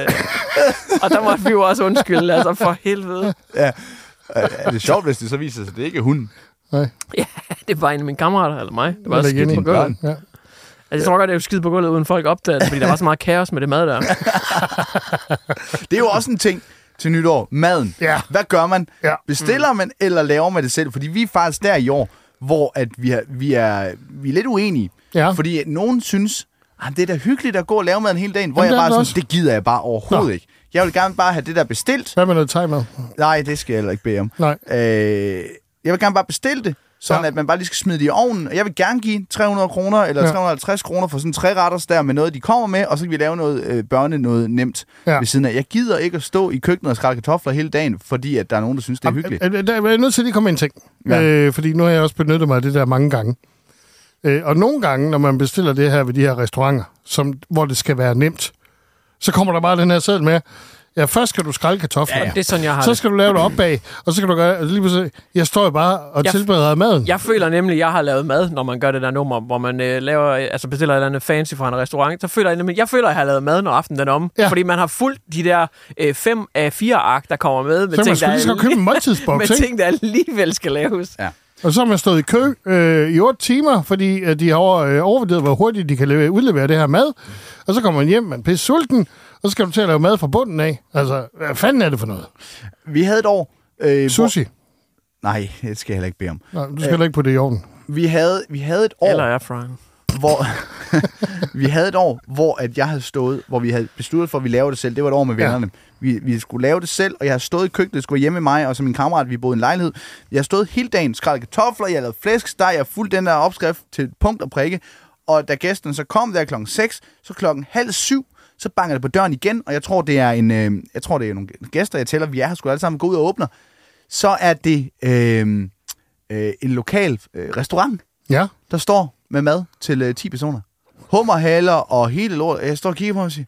Og der måtte vi jo også undskylde, altså for helvede. Ja. Er det sjovt, hvis det så viser sig, at det ikke er hunden? Nej. Ja, det var en af mine kammerater, eller mig. Det var også skidt på gulvet. Ja. Altså, jeg tror godt, det er jo skidt på gulvet, uden folk opdager det, fordi der var så meget kaos med det mad der. Det er jo også en ting til nytår. Maden. Ja. Hvad gør man? Ja. Bestiller man, eller laver man det selv? Fordi vi er faktisk der i år, hvor at vi er lidt uenige. Ja. Fordi nogen synes, det er da hyggeligt at gå og lave maden hele dagen, hvor jeg bare synes, det gider jeg bare overhovedet ikke. Jeg vil gerne bare have det der bestilt. Hvad med noget thai-mad? Nej, det skal jeg heller ikke bede om. Nej. Jeg vil gerne bare bestille det, sådan at man bare lige skal smide det i ovnen. Jeg vil gerne give 300 kroner eller 350 kroner for sådan 3 retters der med noget, de kommer med, og så kan vi lave noget noget nemt ved siden af. Jeg gider ikke at stå i køkkenet og skrælle kartofler hele dagen, fordi at der er nogen, der synes, det er hyggeligt. Jeg er nødt til at lige komme ind en ting, fordi nu har jeg også benyttet mig af det der mange gange. Og nogle gange, når man bestiller det her ved de her restauranter, hvor det skal være nemt, så kommer der bare den her seddel med, ja, først skal du skrælle kartoflerne. Ja, det er sådan, jeg har så skal du lave det op bag, og så kan du gøre... Altså lige pludselig, jeg står jo bare og tilbereder maden. Jeg føler nemlig, at jeg har lavet mad, når man gør det der nummer, hvor man bestiller et eller andet fancy fra en restaurant. Så føler jeg at jeg har lavet mad, når aftenen den om. Ja. Fordi man har fulgt de der 5 af 4 ark, der kommer med. Så man skulle lige så købe en måltidsboks, med ting, der alligevel skal laves. Ja. Og så har man stået i kø i 8 timer, fordi de har overvurderet, hvor hurtigt de kan udlevere det her mad. Og så kommer man hjem, man er pisse sulten, og så skal du til at lave mad fra bunden af. Altså, hvad fanden er det for noget? Vi havde et år... Sushi? Nej, det skal jeg heller ikke bede om. Nej, du skal heller ikke på det i orden. Vi havde et år... Eller airfrying. Vi havde et år, hvor at jeg havde stået, hvor vi havde besluttet for, at vi lavede det selv. Det var et år med vennerne. Vi skulle lave det selv, og jeg har stået i køkkenet, skulle hjemme med mig, og så min kammerat, vi boede i en lejlighed. Jeg har stået hele dagen, skrællet kartofler, jeg har lavet flæskesteg, jeg har fulgt den der opskrift til punkt og prikke. Og da gæsten så kom der 6:00, så 6:30, så banker det på døren igen, og jeg tror, det er nogle gæster, jeg tæller, vi er her, skulle alle sammen gå ud og åbner. Så er det en lokal restaurant, der står med mad til 10 personer. Hummerhaler og hele lort. Jeg står og kigger på mig og siger,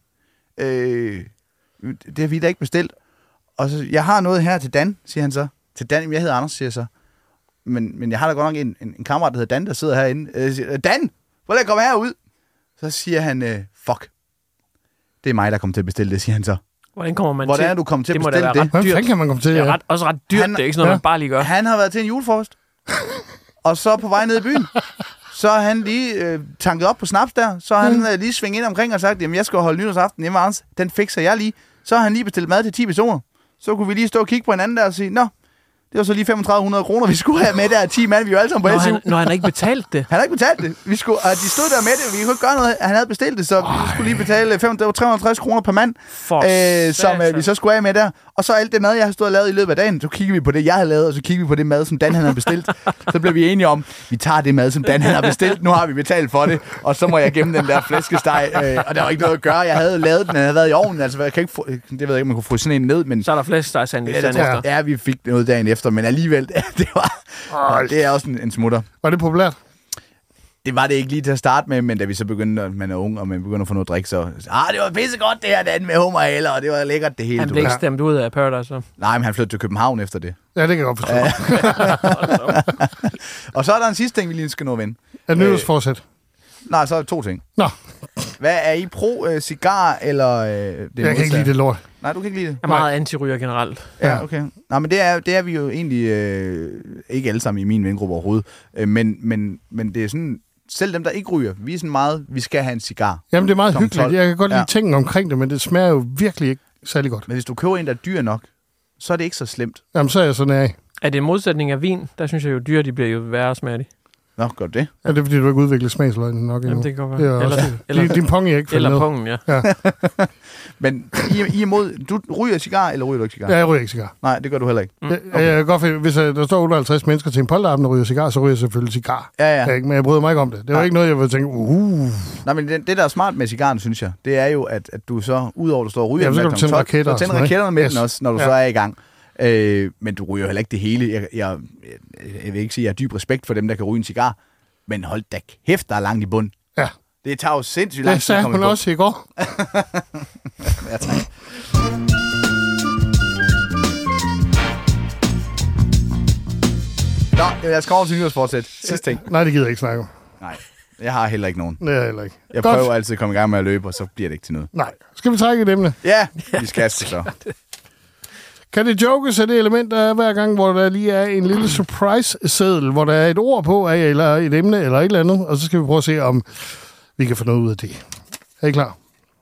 det har vi da ikke bestilt. Og så, jeg har noget her til Dan, siger han så. Til Dan, jeg hedder Anders, siger jeg så. Men jeg har da godt nok en kammerat, der hedder Dan, der sidder herinde. Siger, Dan, hvor kommer herud? Så siger han, fuck. Det er mig, der kommer til at bestille det, siger han så. Hvordan kommer man Hvordan er du kommet til at bestille det? Hvordan kan man komme til det? Det er også ret dyrt, det er ikke sådan noget, man bare lige gør. Han har været til en julefrokost. Og så på vej ned i byen, Så har han lige tanket op på snaps der. Så har han lige svinget ind omkring og sagt, jamen jeg skal holde nytårsaften hjemme, Anders. Den fikser jeg lige. Så har han lige bestilt mad til 10 personer. Så kunne vi lige stå og kigge på hinanden der og sige, nå, det var så lige 3500 kroner, vi skulle have med der 10 mand. Vi var alle sammen på SU. Når han ikke betalt det. Han har ikke betalt det. De stod der med det, vi kunne ikke gøre noget. Han havde bestilt det, så vi skulle lige betale 350 kroner per mand, som vi så skulle af med der. Og så alt det mad, jeg har stået og lavet i løbet af dagen, så kigger vi på det, jeg havde lavet, og så kigger vi på det mad, som Dan han havde bestilt. Så blev vi enige om, vi tager det mad, som Dan han har bestilt. Nu har vi betalt for det, og så må jeg gemme den der flæskesteg. Og der var ikke noget at gøre. Jeg havde lavet den, havde været i ovnen. Altså, jeg kan ikke det ved jeg ikke, man kunne fryse sådan en ned, men så er der flæskesteg efter. Ja, vi fik noget dagen efter, men alligevel, det er også en smutter. Var det populært? Det var det ikke lige til at starte med, men da vi så begyndte, at man er ung, og man begynder at få noget drik, så det var pissegodt det her, Dan, med hummer og heller, og det var lækkert det hele. Han blev ikke stemt ud af Paradise, så. Nej, men han flyttede til København efter det. Ja, det kan jeg godt forstå. Og så er der en sidste ting, vi lige skal nå at vende. Et nyhedsforsæt. Nej, så er der 2 ting. Nå. Hvad er I pro cigar, eller det jeg kan ikke lide det lort. Nej, du kan ikke lide det? Jeg er meget anti-ryger generelt. Ja, okay. Nej, men det er vi jo egentlig ikke alle sammen i min vengruppe overhovedet. Men det er sådan, selv dem, der ikke ryger, vi er sådan meget, vi skal have en cigar. Jamen, det er meget hyggeligt. Jeg kan godt lide tingene omkring det, men det smager jo virkelig ikke særlig godt. Men hvis du køber en, der er dyr nok, så er det ikke så slemt. Jamen, så er jeg sådan af. Er det en modsætning af vin? Der synes jeg jo, dyr, de bliver jo værre smager de. Nå, godt det. Ja, det er fordi, du ikke udvikler smagsløgnen nok endnu. Jamen, det kan godt være. Eller din pung er ikke faldet eller pungen, ja. Men I imod, du ryger cigar, eller ryger du ikke cigar? Ja, jeg ryger ikke cigar. Nej, det gør du heller ikke. Okay. Jeg kan godt finde, hvis der står 58 mennesker til en polterappen, der ryger cigar, så ryger jeg selvfølgelig cigar. Ja. Men jeg bryder mig ikke om det. Det var ikke noget, jeg ville tænke, Nej, men det der er smart med cigaren, synes jeg, det er jo, at du så, udover at du står og ryger, så kan du tænde raketter. Du tænder raketterne med den også, når du så er i gang. Men du ryger heller ikke det hele. Jeg vil ikke sige, at jeg har dyb respekt for dem, der kan ryge en cigar. Men hold da kæft, der er langt i bund. Ja. Det tager jo sindssygt langt. Det sagde hun også i går. Ja, tak. Nå, jeg skal over til nyhedsforsæt. Sidste ting. Nej, det gider jeg ikke snakke om. Nej, jeg har heller ikke nogen. Det er heller ikke. Jeg prøver altid at komme i gang med at løbe, og så bliver det ikke til noget. Nej. Skal vi trække et emne? Ja, vi skal så. Kan det jokes af det element, der er hver gang, hvor der lige er en lille surprise-seddel, hvor der er et ord på, eller et emne, eller et eller andet, og så skal vi prøve at se, om vi kan få noget ud af det. Er I klar?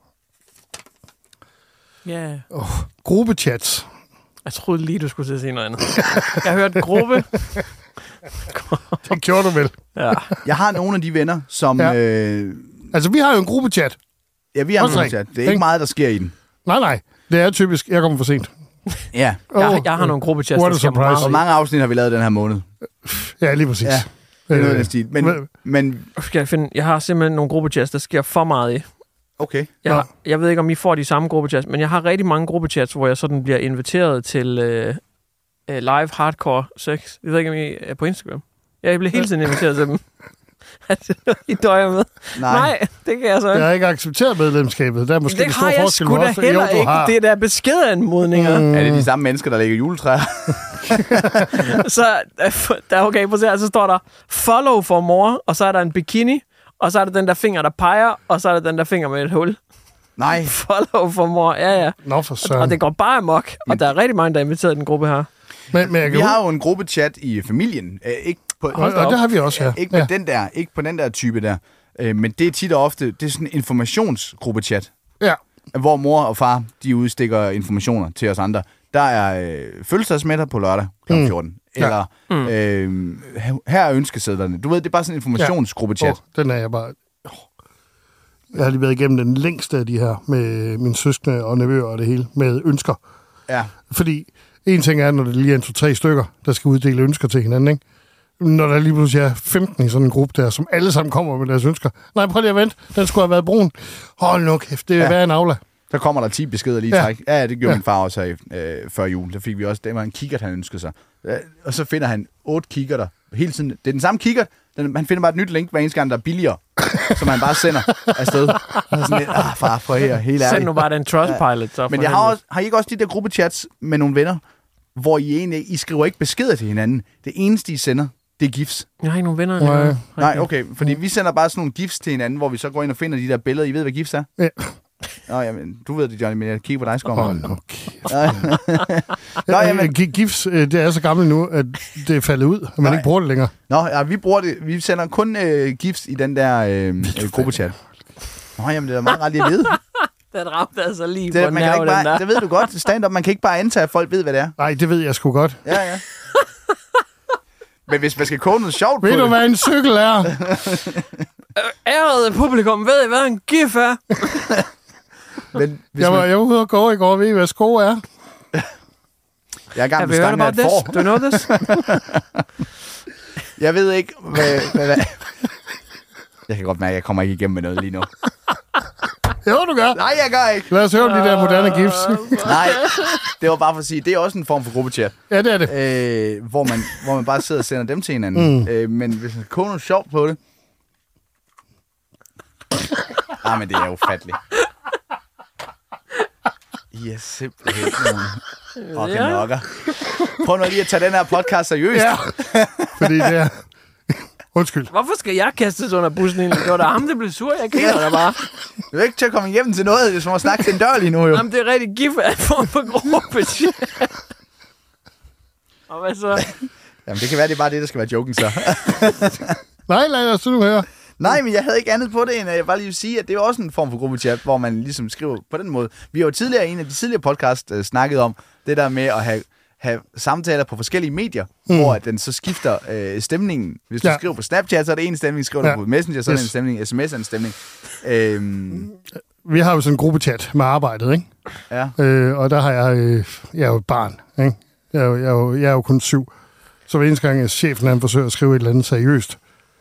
Ja. Gruppechats. Jeg troede lige, du skulle sige noget andet. Jeg har hørt gruppe. Det gjorde du vel. Ja. Jeg har nogle af de venner, som... Ja. Altså, vi har jo en gruppechat. Ja, vi har en gruppechat. Det er ikke meget, der sker i den. Nej. Det er typisk, jeg kommer for sent. Ja. Jeg har nogle gruppechats, der sker meget. Hvor mange afsnit har vi lavet den her måned? Ja, lige præcis. Ja, det er noget af den stil. Men... Jeg har simpelthen nogle gruppechats, der sker for meget i. Okay. Jeg ved ikke, om I får de samme gruppechats, men jeg har rigtig mange gruppechats, hvor jeg sådan bliver inviteret til live hardcore sex. Jeg ved ikke, om I er på Instagram. Jeg bliver hele tiden inviteret til dem. I døjer med. Nej, det kan jeg så ikke. Jeg har ikke accepteret medlemskabet. Der er måske det har jeg sgu da heller ikke. Det er da beskedanmodninger. Er det de samme mennesker, der lægger juletræer? Så der okay, på så står der follow for more, og så er der en bikini, og så er der den der finger, der peger, og så er der den der finger med et hul. Nej. Follow for more, ja. Nå for søren. Og det går bare amok, og der er rigtig mange, der er inviteret i den gruppe her. Men vi har jo en gruppechat i familien. Ikke på, og det har vi også her. Ikke på den der type der. Men det er tit og ofte, det er sådan en informationsgruppechat. Ja. Hvor mor og far, de udstikker informationer til os andre. Der er fødselsdagsmiddag på lørdag kl. 14. Eller her er ønskesedlerne. Du ved, det er bare sådan en informationsgruppechat. Den er jeg bare... Jeg har lige været igennem den længste af de her med mine søskende og nevøer og det hele, med ønsker. Ja. Fordi en ting er, når det lige er 2-3 stykker, der skal uddele ønsker til hinanden, ikke? Når der lige pludselig er 15 i sådan en gruppe der, som alle sammen kommer med deres ønsker. Nej, prøv lige at vente. Den skulle have været brun. Hold nu kæft, det er værd en Aula. Så kommer der 10 beskeder lige i træk. Ja, det gjorde min far også her før jul. Der fik vi også, det var en kikkert, han ønskede sig. Og så finder han 8 kikkerter hele tiden. Det er den samme kikkert. Han finder bare et nyt link hver eneste gang, der er billigere, som han bare sender afsted. Og sådan lidt, far, prøv her, helt ærligt. Send nu bare den Trustpilot. Så men jeg har I ikke også de der gruppechats med nogle venner, hvor I skriver ikke beskeder til hinanden. Det eneste, I sender, det er gifs. Jeg har ikke nogen venner. Nej, okay. Fordi vi sender bare sådan nogle gifs til hinanden, hvor vi så går ind og finder de der billeder. I ved, hvad gifs er? Ja. Nå, jamen, du ved det, Johnny, men jeg kigger på dig, Skovmand. Okay. GIFs, det er så gammelt nu, at det er faldet ud, og man ikke bruger det længere. Nå, ja, vi bruger det. Vi sender kun GIFs i den der gruppechat. Nå, jamen, det er da meget ret lige at vide. Den ramte altså lige Det, på man kan ikke nerven, bare, den der. det ved du godt. Stand-up, man kan ikke bare antage, at folk ved, hvad det er. Nej, det ved jeg sgu godt. Ja. Men hvis man skal koge noget sjovt på Ved du, hvad en cykel er? Ærede publikum, ved I, hvad en GIF er? Men hvis Jeg var ude og gå i går, ved I, hvad sko er? Jeg er i gang Have med you heard stangen af about et this? får. Do you know this? Jeg ved ikke, hvad... Jeg kan godt mærke, at jeg kommer ikke igennem med noget lige nu. Jo, du gør. Nej, jeg gør ikke. Lad os høre om de der moderne GIFs. Nej, det var bare for at sige, det er også en form for gruppechat. Ja, det er det. Hvor man bare sidder og sender dem til hinanden. Men hvis man kan koge noget sjovt på det... men det er ufatteligt. I er simpelthen nogle nokker. Prøv nu lige at tage den her podcast seriøst. Ja, fordi det er... Undskyld. Hvorfor skal jeg kastes under bussen egentlig? Det var da ham, der blev sur. Jeg kender dig bare. Du er ikke til at komme igennem til noget, hvis man må snakke til en dør lige nu, jo. Jamen, det er rigtig GIF af en form for gruppechat. Og hvad så? Jamen, det kan være, det er bare det, der skal være joken, så. Nej, lad os nu høre. Nej, men jeg havde ikke andet på det, end at jeg bare lige vil sige, at det er også en form for gruppechat, hvor man ligesom skriver på den måde. Vi har jo tidligere, en af de tidligere podcast, snakket om det der med at have samtaler på forskellige medier, hvor at den så skifter stemningen. Hvis du skriver på Snapchat, så er det en stemning. Skriver du på Messenger, så er det en stemning. SMS er en stemning. Vi har jo sådan en gruppechat med arbejdet, ikke? Ja. Og der har jeg... jeg er jo et barn, ikke? Jeg er jo kun 7. Så hver eneste gang, at chefen han forsøger at skrive et eller andet seriøst,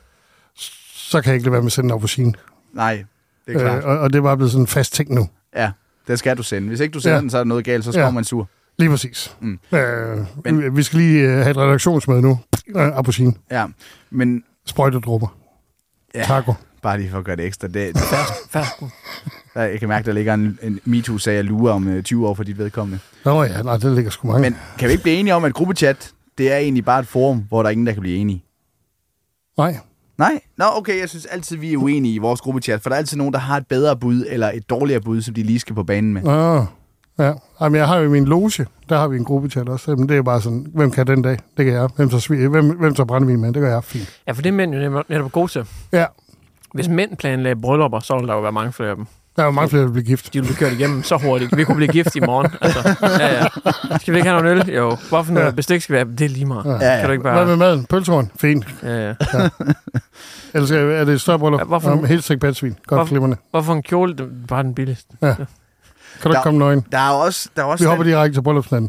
så kan jeg ikke lade være med at sende den på sin. Nej, det er klart. Og det er bare blevet sådan en fast ting nu. Ja, det skal du sende. Hvis ikke du sender den, så er der noget galt, så skal man sur. Lige præcis. Vi skal lige have et redaktionsmøde nu. Apelsin. Ja, men... Sprøjtedrupper. Ja, Taco. bare lige for at gøre det ekstra. Færdskud. Jeg kan mærke, der ligger en MeToo-sag af lurer om 20 år for dit vedkommende. Nå ja, nej, det ligger sgu mange. Men kan vi ikke blive enige om, at gruppechat, det er egentlig bare et forum, hvor der er ingen, der kan blive enige? Nej. Nej? Nå, okay, jeg synes altid, vi er uenige i vores gruppechat, for der er altid nogen, der har et bedre bud, eller et dårligere bud, som de lige skal på banen med. Ja. Jamen, jeg har jo min loge, der har vi en gruppechat også. Men det er bare sådan, hvem kan den dag? Det kan jeg. Hvem så brændvin med? Det gør jeg fint. Ja, for det er mænd jo netop gode til. Ja. Hvis mænd planlagde bryllupper, så ville der jo være mange flere af dem. Der er jo mange flere, der bliver gift. De ville blive kørt igennem så hurtigt. Vi kunne blive gift i morgen. Altså, ja. Skal vi ikke have noget øl? Jo. Hvorfor noget bestik skal vi have? Det er lige meget. Ja. Kan du ikke bare... Hvad med maden? Pølsehorn? Fint. Ja. Ellers er det et større bryllup. Helt sikkert patsvin. Godt glimrende. Hvorfor en kjole? Det er bare den billigste. Ja. Kan du ikke komme nøgen? Der er også vi hopper direkte til bryllupsnatten.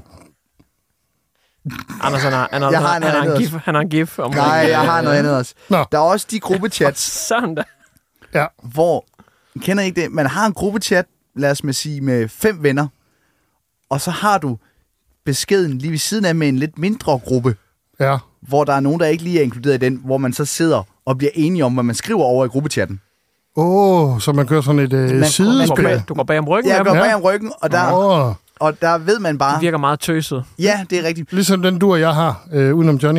Anders, han har en gif. Nej, jeg har noget andet også. Nå. Der er også de gruppechats. Sådan da. Ja. Hvor, kender I ikke det? Man har en gruppechat, lad os sige, med 5 venner. Og så har du beskeden lige ved siden af med en lidt mindre gruppe. Ja. Hvor der er nogen, der ikke lige er inkluderet i den, hvor man så sidder og bliver enige om, hvad man skriver over i gruppechatten. Så man kører sådan et sidespil. Du går bag om ryggen. Ja, jeg går bag om ryggen, og der ved man bare... Det virker meget tøset. Ja, det er rigtigt. Ligesom den du og jeg har, udenom Johnny.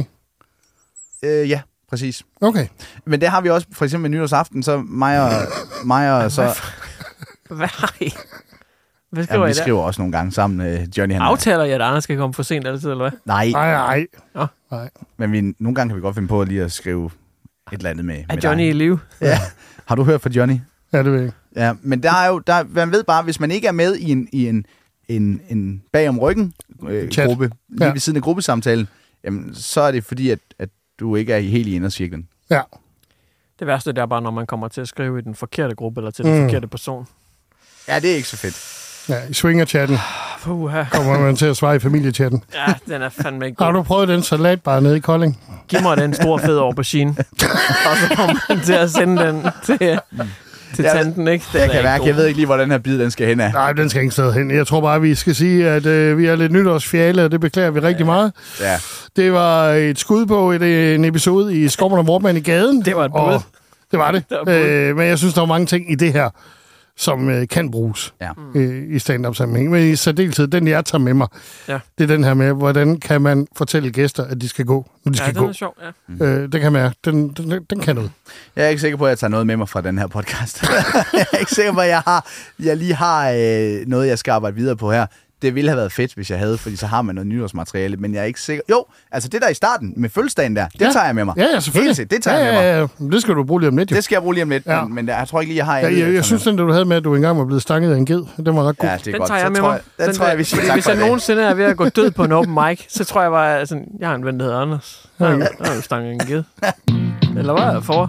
Ja, præcis. Okay. Men det har vi også, for eksempel nytårsaften, så mig og så... Hvad har I? Hvad skriver Jamen, I vi skriver også nogle gange sammen, Johnny. Aftaler I, at Anders skal komme for sent altid, eller hvad? Nej. Nej. Men nogle gange kan vi godt finde på lige at skrive et eller andet med Er Johnny dig. i live? Ja. Har du hørt fra Johnny? Ja, det ved jeg ikke. Ja, men der er jo, man ved bare, hvis man ikke er med i en bag om ryggen gruppe, lige ved siden af gruppesamtalen, jamen, så er det fordi, at du ikke er helt i indercirklen. Ja. Det værste det er bare, når man kommer til at skrive i den forkerte gruppe, eller til den forkerte person. Ja, det er ikke så fedt. Ja, i swinger-chatten kommer man til at svare i familiechatten. Ja, den er fandme ikke god. Har du prøvet den salatbar nede i Kolding? Giv mig den store fede aubergine. Og så kommer man til at sende den til tanten, ikke? Jeg kan mærke, jeg ved ikke lige, hvor den her bid, den skal hen af. Nej, den skal ikke sted hen. Jeg tror bare, vi skal sige, at vi er lidt nytårsfjale, og det beklager vi rigtig meget. Ja. Det var et skud på en episode i Skovmand og Vortmand i gaden. Det var et bud. Det var det. Men jeg synes, der var mange ting i det her, som kan bruges Ja. i stand-up-sammenhæng. Men i særdeleshed, den jeg tager med mig, Ja. det er den her med, hvordan kan man fortælle gæster, at de skal gå, når de skal den gå. er sjov, ja. Den kan man, den kan noget. Jeg er ikke sikker på, at jeg tager noget med mig fra den her podcast. Jeg er ikke sikker på, at jeg lige har noget, jeg skal arbejde videre på her. Det ville have været fedt, hvis jeg havde, fordi så har man noget nytårsmateriale, men jeg er ikke sikker. Jo, altså det der i starten med fødselsdagen der, det tager jeg med mig. Ja, selvfølgelig. Helt sikkert, det tager jeg med mig. Det skal du bruge lige om lidt, jo. Det skal jeg bruge lige om lidt, men jeg tror ikke lige, jeg har... Jeg synes, den der du havde med, at du engang var blevet stanget af en ged, den var ret god. Ja, det er Den godt. tager jeg Så med mig. Den tror jeg, vi siger fordi tak hvis for jeg i dag. nogensinde er ved at gå død på en open mic, så tror jeg bare, sådan, jeg har en ven, der hedder Anders. Der er jo stanget en ged. Eller hvad er jeg for?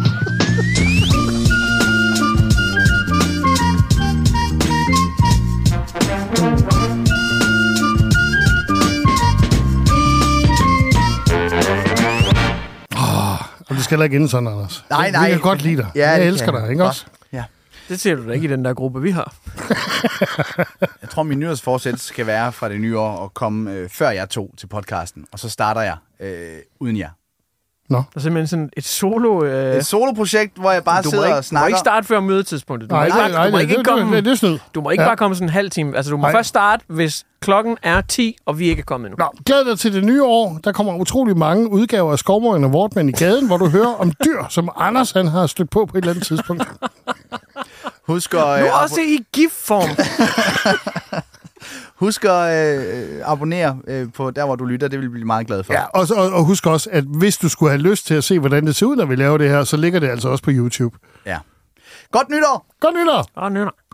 Og det skal heller ikke ende sådan, Anders. Nej. Vi kan godt lide dig. Ja, Jeg det elsker kan dig, ikke også? Ja. Det ser du da ikke i den der gruppe, vi har. Jeg tror, min nytårsforsæt skal være fra det nye år at komme før jeg to til podcasten, og så starter jeg uden jer. Nå. Der er simpelthen sådan et solo... Et soloprojekt, hvor jeg bare du sidder og må ikke snakker. starte før mødetidspunktet. Du må Nej, ikke, bare, du må ikke komme... det er snyd. Du må ikke bare komme sådan en halv time. Altså, du må først starte, hvis klokken er 10, og vi ikke er kommet endnu. Nå, glæd dig til det nye år. Der kommer utrolig mange udgaver af Skovmorgen og Vortmand i gaden, hvor du hører om dyr, som Anders han har stødt på et eller andet tidspunkt. Husk at... Nu også i giftform. Husk at abonnere på der, hvor du lytter. Det vil vi blive meget glad for. Ja, og husk også, at hvis du skulle have lyst til at se, hvordan det ser ud, når vi laver det her, så ligger det altså også på YouTube. Ja. Godt nytår! Godt nytår! Nytter.